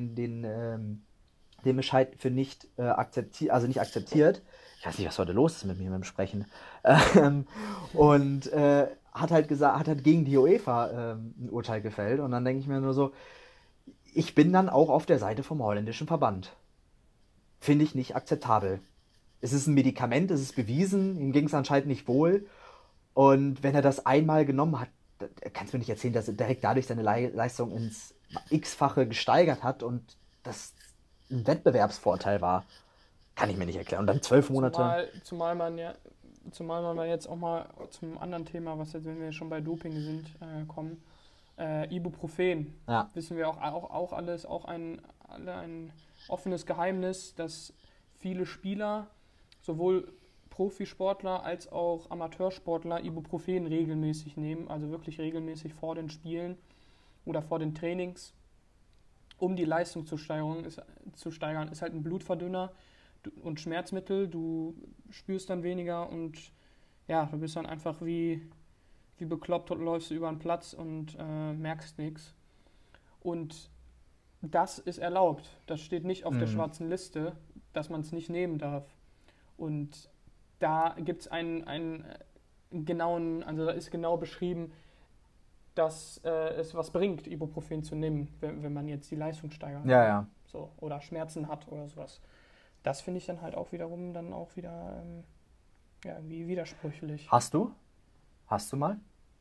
den Bescheid für nicht akzeptiert, also nicht akzeptiert. Ich weiß nicht, was heute los ist mit mir beim Sprechen. Ähm, und hat halt gegen die UEFA ein Urteil gefällt. Und dann denke ich mir nur so, ich bin dann auch auf der Seite vom holländischen Verband. Finde ich nicht akzeptabel. Es ist ein Medikament, es ist bewiesen, ihm ging es anscheinend nicht wohl. Und wenn er das einmal genommen hat, kannst du mir nicht erzählen, dass er direkt dadurch seine Leistung ins X-fache gesteigert hat und das ein Wettbewerbsvorteil war. Kann ich mir nicht erklären. Und dann 12 Monate. zumal man jetzt auch mal zum anderen Thema, was jetzt, wenn wir schon bei Doping sind, kommen. Ibuprofen. Ja, Wissen wir auch alles, ein offenes Geheimnis, dass viele Spieler, sowohl Profisportler als auch Amateursportler, Ibuprofen regelmäßig nehmen, also wirklich regelmäßig vor den Spielen oder vor den Trainings, um die Leistung zu steigern. Ist halt ein Blutverdünner und Schmerzmittel. Du spürst dann weniger und ja, du bist dann einfach wie bekloppt und läufst du über den Platz und merkst nichts. Und das ist erlaubt. Das steht nicht auf der mhm. schwarzen Liste, dass man es nicht nehmen darf. Und da gibt es einen genauen, also da ist genau beschrieben, dass es was bringt, Ibuprofen zu nehmen, wenn man jetzt die Leistung steigern Ja, will. ja. So, oder Schmerzen hat oder sowas. Das finde ich dann halt auch wiederum dann auch wieder ja, irgendwie widersprüchlich. Hast du? Hast du mal?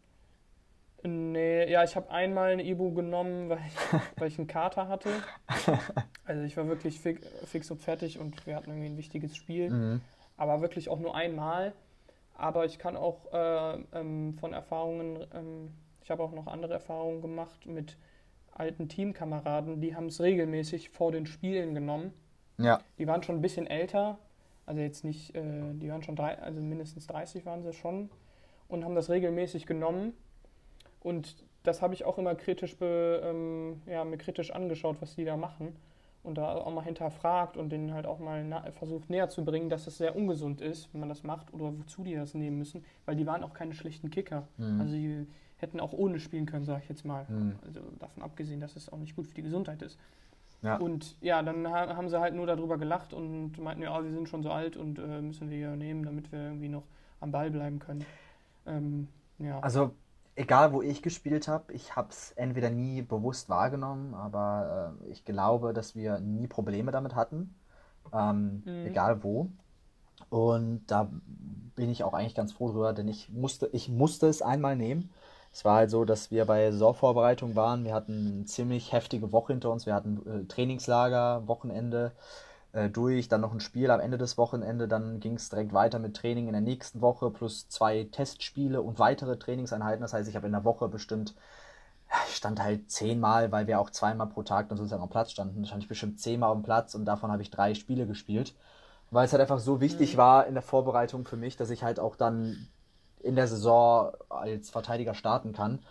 Nee, ja, ich habe einmal eine Ibu genommen, weil ich einen Kater hatte. Also ich war wirklich fix und fertig und wir hatten irgendwie ein wichtiges Spiel. Mhm. Aber wirklich auch nur einmal. Aber ich kann auch von Erfahrungen, ich habe auch noch andere Erfahrungen gemacht mit alten Teamkameraden, die haben es regelmäßig vor den Spielen genommen. Ja. Die waren schon ein bisschen älter, also jetzt nicht, die waren schon also mindestens 30 waren sie schon und haben das regelmäßig genommen. Und das habe ich auch immer ja, mir kritisch angeschaut, was die da machen. Und da auch mal hinterfragt und denen halt auch mal versucht näher zu bringen, dass es sehr ungesund ist, wenn man das macht oder wozu die das nehmen müssen, weil die waren auch keine schlechten Kicker. Mhm. Also die hätten auch ohne spielen können, sage ich jetzt mal. Mhm. Also davon abgesehen, dass es auch nicht gut für die Gesundheit ist. Ja. Und ja, dann haben sie halt nur darüber gelacht und meinten, ja, wir sind schon so alt und müssen wir hier nehmen, damit wir irgendwie noch am Ball bleiben können. Ja. Also, egal wo ich gespielt habe, ich habe es entweder nie bewusst wahrgenommen, aber ich glaube, dass wir nie Probleme damit hatten. Mhm. Egal wo. Und da bin ich auch eigentlich ganz froh drüber, denn ich musste es einmal nehmen. Es war halt so, dass wir bei Saisonvorbereitung waren. Wir hatten eine ziemlich heftige Woche hinter uns. Wir hatten Trainingslager, Wochenende dann noch ein Spiel am Ende des Wochenende. Dann ging es direkt weiter mit Training in der nächsten Woche plus 2 Testspiele und weitere Trainingseinheiten. Das heißt, ich habe in der Woche bestimmt, ich stand halt 10 Mal, weil wir auch zweimal pro Tag dann sozusagen am Platz standen. Da stand ich bestimmt 10 Mal am Platz und davon habe ich 3 Spiele gespielt, weil es halt einfach so wichtig Mhm. war in der Vorbereitung für mich, dass ich halt auch dann in der Saison als Verteidiger starten kann.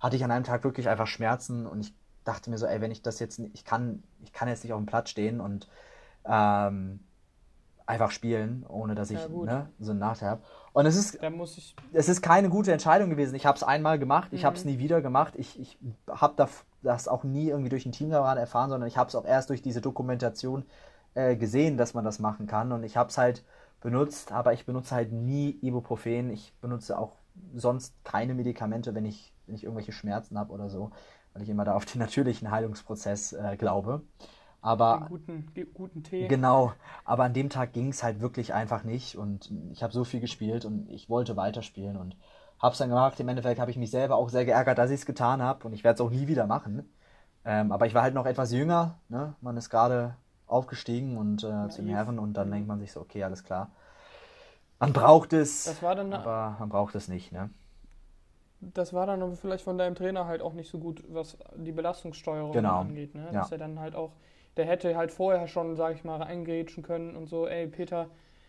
hatte ich an einem Tag wirklich einfach Schmerzen und ich dachte mir so, ey, wenn ich das jetzt, ich kann jetzt nicht auf dem Platz stehen und ähm, einfach spielen, ohne dass Ja, ich gut. so einen Nachteil habe. Und Da muss ich. es ist keine gute Entscheidung gewesen. Ich habe es einmal gemacht, ich habe es Mhm. nie wieder gemacht. Ich habe das auch nie irgendwie durch einen Teamkameraden erfahren, sondern ich habe es auch erst durch diese Dokumentation gesehen, dass man das machen kann. Und ich habe es halt benutzt, aber ich benutze halt nie Ibuprofen. Ich benutze auch sonst keine Medikamente, wenn ich irgendwelche Schmerzen habe oder so, weil ich immer da auf den natürlichen Heilungsprozess glaube. Den Aber guten Tee. genau, aber an dem Tag ging es halt wirklich einfach nicht und ich habe so viel gespielt und ich wollte weiterspielen und habe es dann gemacht. Im Endeffekt habe ich mich selber auch sehr geärgert, dass ich es getan habe und ich werde es auch nie wieder machen. Aber ich war halt noch etwas jünger, ne? Man ist gerade aufgestiegen und zu den Naiv. Herren und dann denkt Mhm. man sich so, okay, alles klar. Man braucht es, Das war dann aber man braucht es nicht, ne? Das war dann aber vielleicht von deinem Trainer halt auch nicht so gut, was die Belastungssteuerung dann Genau, angeht, ne? Dass ja. er dann halt auch, der hätte halt vorher schon, sag ich mal, reingrätschen können und so, ey Peter,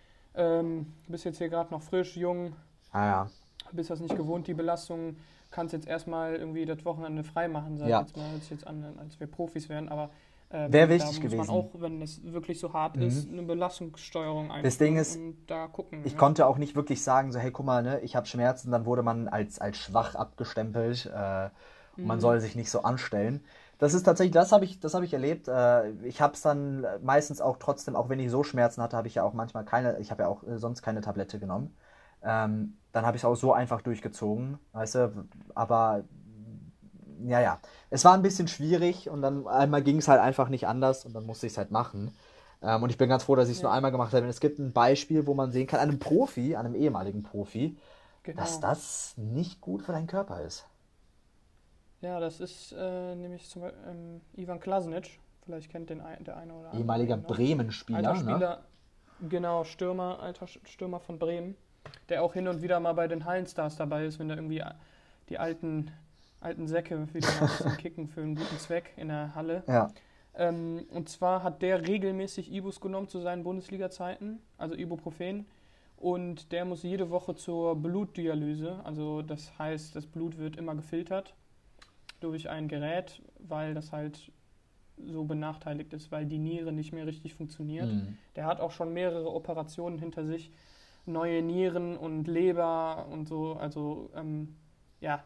du bist jetzt hier gerade noch frisch, jung, Ah ja, bist das nicht gewohnt, die Belastung, kannst jetzt erstmal irgendwie das Wochenende frei machen, sag ich ja. jetzt mal, hört sich jetzt an, als wir Profis wären, aber Wäre da wichtig muss man gewesen. auch, wenn es wirklich so hart ist, Mhm. eine Belastungssteuerung Das Ding einführen ist, und da gucken, ich ne? konnte auch nicht wirklich sagen, so, hey, guck mal, ne, ich habe Schmerzen, dann wurde man als schwach abgestempelt und man Mhm. soll sich nicht so anstellen. Das ist tatsächlich, das habe ich erlebt. Ich habe es dann meistens auch trotzdem, auch wenn ich so Schmerzen hatte, habe ich ja auch manchmal keine, ich habe ja auch sonst keine Tablette genommen. Dann habe ich es auch so einfach durchgezogen, weißt du, aber ja, ja. Es war ein bisschen schwierig und dann einmal ging es halt einfach nicht anders und dann musste ich es halt machen. Und ich bin ganz froh, dass ich es nur Ja, einmal gemacht habe. Und es gibt ein Beispiel, wo man sehen kann, einem Profi, einem ehemaligen Profi, dass genau. das nicht gut für deinen Körper ist. Ja, das ist nämlich zum Beispiel Ivan Klasnic. Vielleicht kennt der eine oder andere Ehemaliger ihn noch. Alter Bremen-Spieler, ne? Spieler, genau, Stürmer, alter Stürmer von Bremen. Der auch hin und wieder mal bei den Hallenstars dabei ist, wenn da irgendwie die alten Säcke wieder mal ein bisschen kicken für einen guten Zweck in der Halle. Ja. Und zwar hat der regelmäßig Ibus genommen zu seinen Bundesliga-Zeiten, also Ibuprofen. Und der muss jede Woche zur Blutdialyse. Also das heißt, das Blut wird immer gefiltert durch ein Gerät, weil das halt so benachteiligt ist, weil die Niere nicht mehr richtig funktioniert. Mhm. Der hat auch schon mehrere Operationen hinter sich, neue Nieren und Leber und so. Also ja,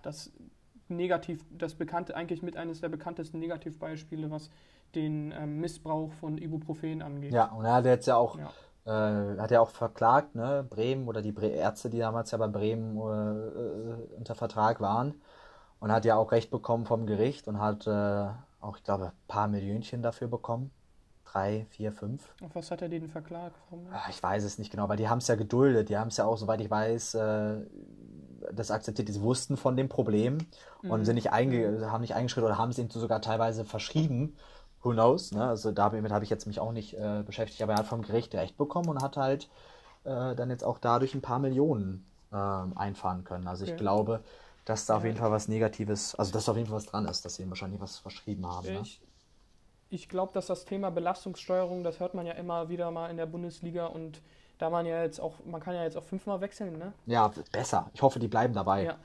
das bekannte, eigentlich mit eines der bekanntesten Negativbeispiele, was den Missbrauch von Ibuprofen Ja, angeht. und er hat jetzt ja auch, Ja. hat ja auch verklagt, ne? Bremen oder die Ärzte, die damals ja bei Bremen unter Vertrag waren. Und hat ja auch Recht bekommen vom Gericht und hat auch, ich glaube, ein paar Millionchen dafür bekommen. 3, 4, 5. Auf was hat er den verklagt? Ich weiß es nicht genau, aber die haben es ja geduldet. Die haben es ja auch, soweit ich weiß, das akzeptiert. Die wussten von dem Problem und Mhm. Mhm. haben nicht eingeschritten oder haben es ihm sogar teilweise verschrieben. Who knows? Ne? Also damit habe ich jetzt mich auch nicht beschäftigt, aber er hat vom Gericht Recht bekommen und hat halt dann jetzt auch dadurch ein paar Millionen einfahren können. Also ich Okay. glaube, dass da auf Ja, jeden Fall was Negatives, also dass da auf jeden Fall was dran ist, dass sie ihm wahrscheinlich was verschrieben haben. Ne? ich, ich glaube, dass das Thema Belastungssteuerung, das hört man ja immer wieder mal in der Bundesliga und da man kann ja jetzt auch 5-mal wechseln, ne? Ja, besser. Ich hoffe, die bleiben dabei. Ja,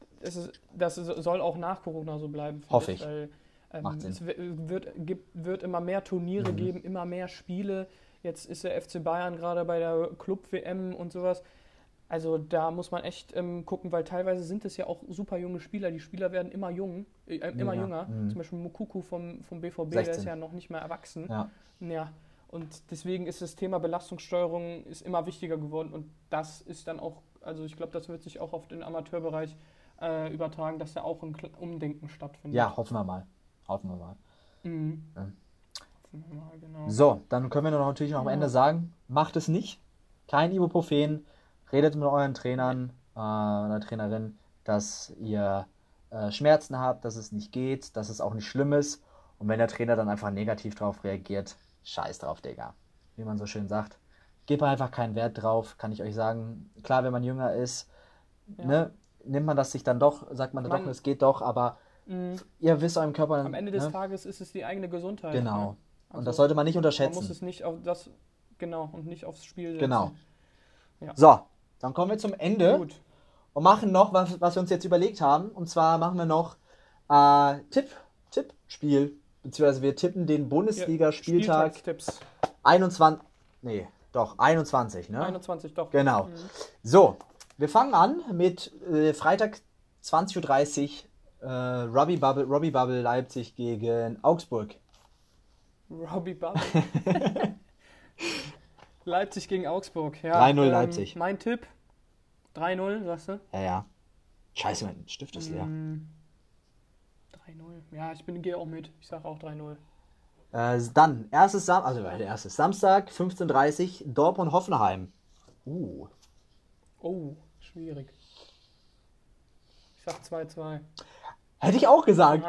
soll auch nach Corona so bleiben, finde Hoffe ich, ich. weil Macht Sinn. wird immer mehr Turniere Mhm. geben, immer mehr Spiele. Jetzt ist der FC Bayern gerade bei der Club-WM und sowas. Also da muss man echt gucken, weil teilweise sind es ja auch super junge Spieler. Die Spieler werden immer Ja. jünger. Zum Mhm. Beispiel Mukuku vom BVB, der ist 16. ja noch nicht mehr erwachsen. Ja. Ja, und deswegen ist das Thema Belastungssteuerung ist immer wichtiger geworden und das ist dann auch, also ich glaube, das wird sich auch auf den Amateurbereich übertragen, dass da auch ein Umdenken Ja, stattfindet. hoffen wir mal. Hoffen wir mal. Mhm. Ja. Hoffen wir mal, genau. So, dann können wir noch natürlich noch am Ende Ja, sagen, macht es nicht. Kein Ibuprofen. Redet mit euren nee, Trainern oder Trainerin, dass ihr Schmerzen habt, dass es nicht geht, dass es auch nicht schlimm ist. Und wenn der Trainer dann einfach negativ drauf reagiert, scheiß drauf, Digga. Wie man so schön sagt. Gebt einfach keinen Wert drauf, kann ich euch sagen. Klar, wenn man jünger ist, ja. ne, nimmt man das sich dann doch, sagt man Ich dann doch, meine, es geht doch, aber mh, ihr wisst eurem Körper, am Ende des ne? Tages ist es die eigene Gesundheit, ne? Genau. Und das Also sollte man nicht man muss unterschätzen. es nicht auf das, genau, und nicht aufs Spiel Genau. setzen. Ja, So, dann kommen wir zum Ende gut. und machen noch, was wir uns jetzt überlegt haben. Und zwar machen wir noch Tippspiel. Beziehungsweise wir tippen den Bundesliga-Spieltag Spieltagstipps. 21, ne? 21, doch. Genau. So, wir fangen an mit Freitag 20.30 Uhr, Robbie Bubble Leipzig gegen Augsburg. Robbie Bubble. Leipzig gegen Augsburg. Ja, 3-0 Leipzig. Mein Tipp, 3-0, sagst du? Ja. Scheiße, mein Stift ist leer. 3-0. Ja, gehe auch mit. Ich sage auch 3-0. Dann, erstes Samstag, 15.30 Uhr, Dortmund-Hoffenheim. Oh, schwierig. Ich sag 2-2. Hätte ich auch gesagt.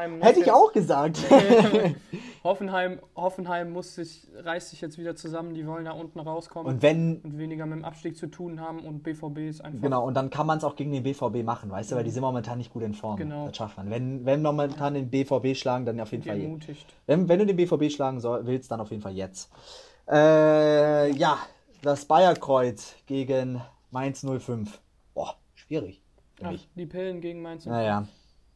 Hoffenheim reißt sich jetzt wieder zusammen, die wollen da unten rauskommen Und weniger mit dem Abstieg zu tun haben und BVB ist einfach... Genau, und dann kann man es auch gegen den BVB machen, weißt du, weil die sind momentan nicht gut in Form. Genau. Das schafft man. Wenn momentan den BVB schlagen, dann auf jeden Fall ermutigt. Wenn du den BVB schlagen willst, dann auf jeden Fall jetzt. Das Bayerkreuz gegen Mainz 05. Boah, schwierig. Die Pillen gegen Mainz 05. Naja.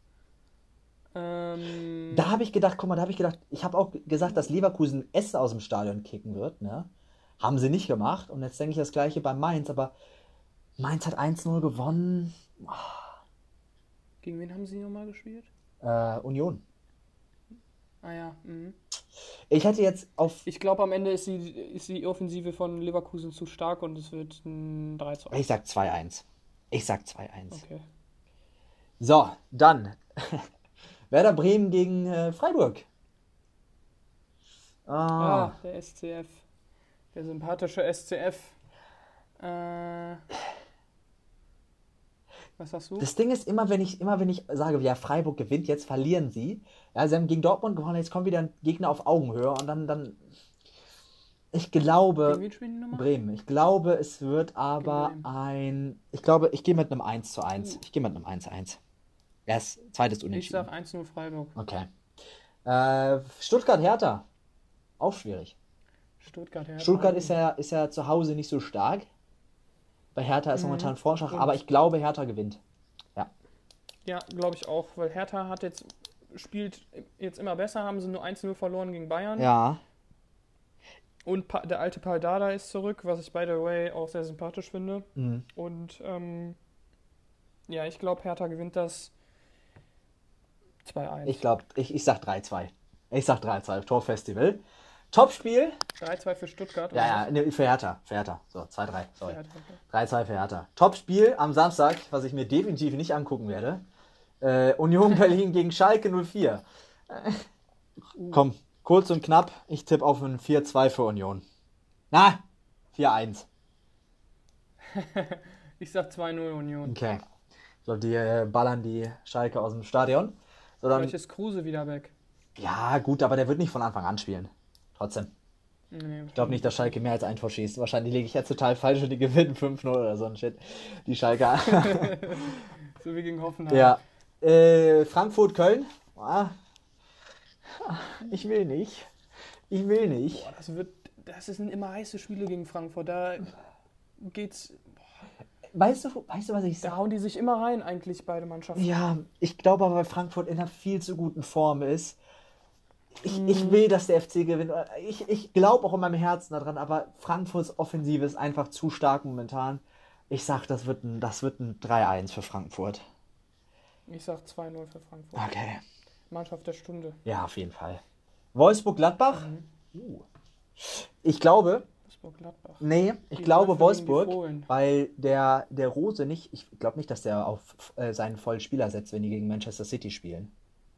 Da habe ich gedacht, ich habe auch gesagt, dass Leverkusen Essen aus dem Stadion kicken wird, ne? Haben sie nicht gemacht. Und jetzt denke ich das gleiche bei Mainz, aber Mainz hat 1-0 gewonnen. Gegen wen haben sie nochmal gespielt? Union. Ah ja. Ich hätte jetzt Ich glaube, am Ende ist die Offensive von Leverkusen zu stark und es wird ein 3-2. Ich sag 2-1. Okay. So, dann Werder Bremen gegen Freiburg. Der SCF. Der sympathische SCF. Was sagst du? Das Ding ist, immer wenn ich sage, ja, Freiburg gewinnt, jetzt verlieren sie. Ja, sie haben gegen Dortmund gewonnen, jetzt kommt wieder ein Gegner auf Augenhöhe und dann ich glaube, Gegen wen spielen die nochmal? Bremen. Ich glaube, es wird aber ich gehe mit einem 1-1. Ich gehe mit einem 1-1. Erst zweites Unentschieden. Ich sag 1-0 Freiburg. Okay. Stuttgart-Hertha. Auch schwierig. Stuttgart ist ja zu Hause nicht so stark. Bei Hertha ist momentan Vorschlag, aber ich glaube, Hertha gewinnt. Ja. Ja, glaube ich auch, weil Hertha spielt jetzt immer besser, haben sie nur 1-0 verloren gegen Bayern. Ja. Und der alte Paldada ist zurück, was ich by the way auch sehr sympathisch finde. Und ich glaube, Hertha gewinnt das 2-1. Ich sag 3-2. Ich sag 3-2. Torfestival. Topspiel. 3-2 für Stuttgart. Ja, für Hertha. So, 2-3. Sorry. 3-2 für Hertha. Topspiel am Samstag, was ich mir definitiv nicht angucken werde. Union Berlin gegen Schalke 04. Komm, kurz und knapp. Ich tippe auf ein 4-2 für Union. 4-1. Ich sag 2-0 Union. Okay. So, die ballern die Schalke aus dem Stadion. So, dann, vielleicht ist Kruse wieder weg. Ja, gut, aber der wird nicht von Anfang an spielen. Trotzdem. Nee, ich glaube nicht, dass Schalke mehr als ein Tor schießt. Wahrscheinlich liege ich jetzt total falsch und die gewinnen 5-0 oder so ein Shit. Die Schalke. So wie gegen Hoffenheim. Ja. Frankfurt-Köln. Ich will nicht. Boah, das sind immer heiße Spiele gegen Frankfurt. Da geht's... Weißt du, was ich sage? Da hauen die sich immer rein, eigentlich, beide Mannschaften. Ja, ich glaube aber, weil Frankfurt in einer viel zu guten Form ist. Ich will, dass der FC gewinnt. Ich glaube auch in meinem Herzen daran, aber Frankfurts Offensive ist einfach zu stark momentan. Ich sag, das wird ein 3-1 für Frankfurt. Ich sag 2-0 für Frankfurt. Okay. Mannschaft der Stunde. Ja, auf jeden Fall. Wolfsburg-Gladbach? Ich glaube... ich glaube Wolfsburg, weil der Rose nicht... Ich glaube nicht, dass der auf seinen vollen Spieler setzt, wenn die gegen Manchester City spielen.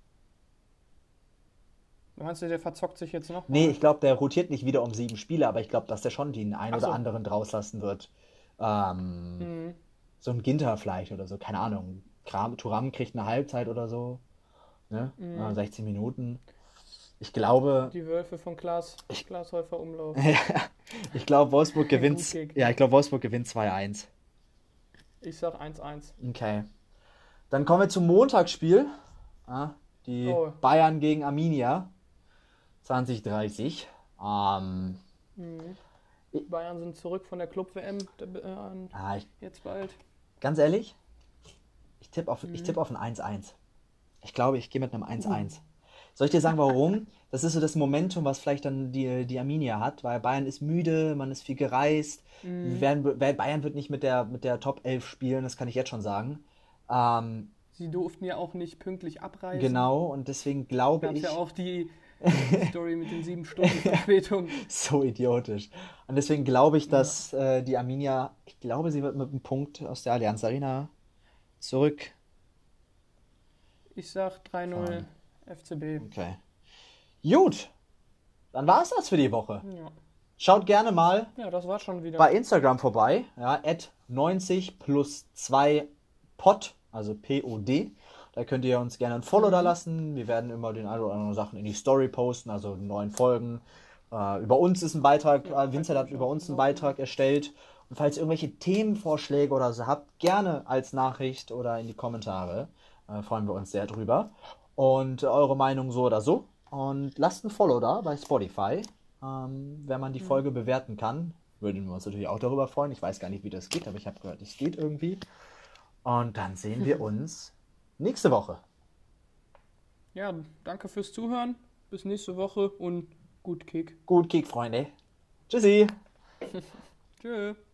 Meinst du, der verzockt sich jetzt noch? Nee, ich glaube, der rotiert nicht wieder um 7 Spieler, aber ich glaube, dass der schon den einen oder anderen rauslassen wird. So ein Ginter vielleicht oder so, keine Ahnung. Thuram kriegt eine Halbzeit oder so. Ne? 16 Minuten. Ich glaube... Die Wölfe von Glashäufer Umlauf. Ich glaube, Wolfsburg gewinnt... Ja, ich glaube, Wolfsburg gewinnt 2-1. Ich sag 1-1. Okay. Dann kommen wir zum Montagsspiel. Die Bayern gegen Arminia. 2030. Bayern sind zurück von der Club-WM jetzt bald. Ganz ehrlich, ich tippe auf ein 1-1. Ich glaube, ich gehe mit einem 1-1. Soll ich dir sagen, warum? Das ist so das Momentum, was vielleicht dann die Arminia hat, weil Bayern ist müde, man ist viel gereist. Mhm. Bayern wird nicht mit der Top 11 spielen, das kann ich jetzt schon sagen. Ähm, Sie durften ja auch nicht pünktlich abreisen. genau, und deswegen glaube Gab es ja ich, auch die Story mit den 7 Stunden Verspätung. so idiotisch. Und deswegen glaube ich, Ja. dass die Arminia, ich glaube, sie wird mit einem Punkt aus der Allianz Arena zurückfahren. Ich sag 3-0 FCB. Okay. Gut, dann war es das für die Woche. Ja. Schaut gerne mal Ja, das war schon wieder. bei Instagram vorbei, ja, @90 plus 2 pod, also POD. Da könnt ihr uns gerne ein Follow da lassen. Wir werden immer den ein oder anderen Sachen in die Story posten, also in neuen Folgen. Über uns ist ein Beitrag, Ja, Vincent hat euch über auf uns dem einen Laufenden. Beitrag erstellt. Und falls ihr irgendwelche Themenvorschläge oder so habt, gerne als Nachricht oder in die Kommentare. Freuen wir uns sehr drüber. Und eure Meinung so oder so. Und lasst ein Follow da bei Spotify. Wenn man die Mhm. Folge bewerten kann, würden wir uns natürlich auch darüber freuen. Ich weiß gar nicht, wie das geht, aber ich habe gehört, es geht irgendwie. Und dann sehen wir uns nächste Woche. Ja, danke fürs Zuhören. Bis nächste Woche und gut Kick. Gut Kick, Freunde. Tschüssi. Tschö.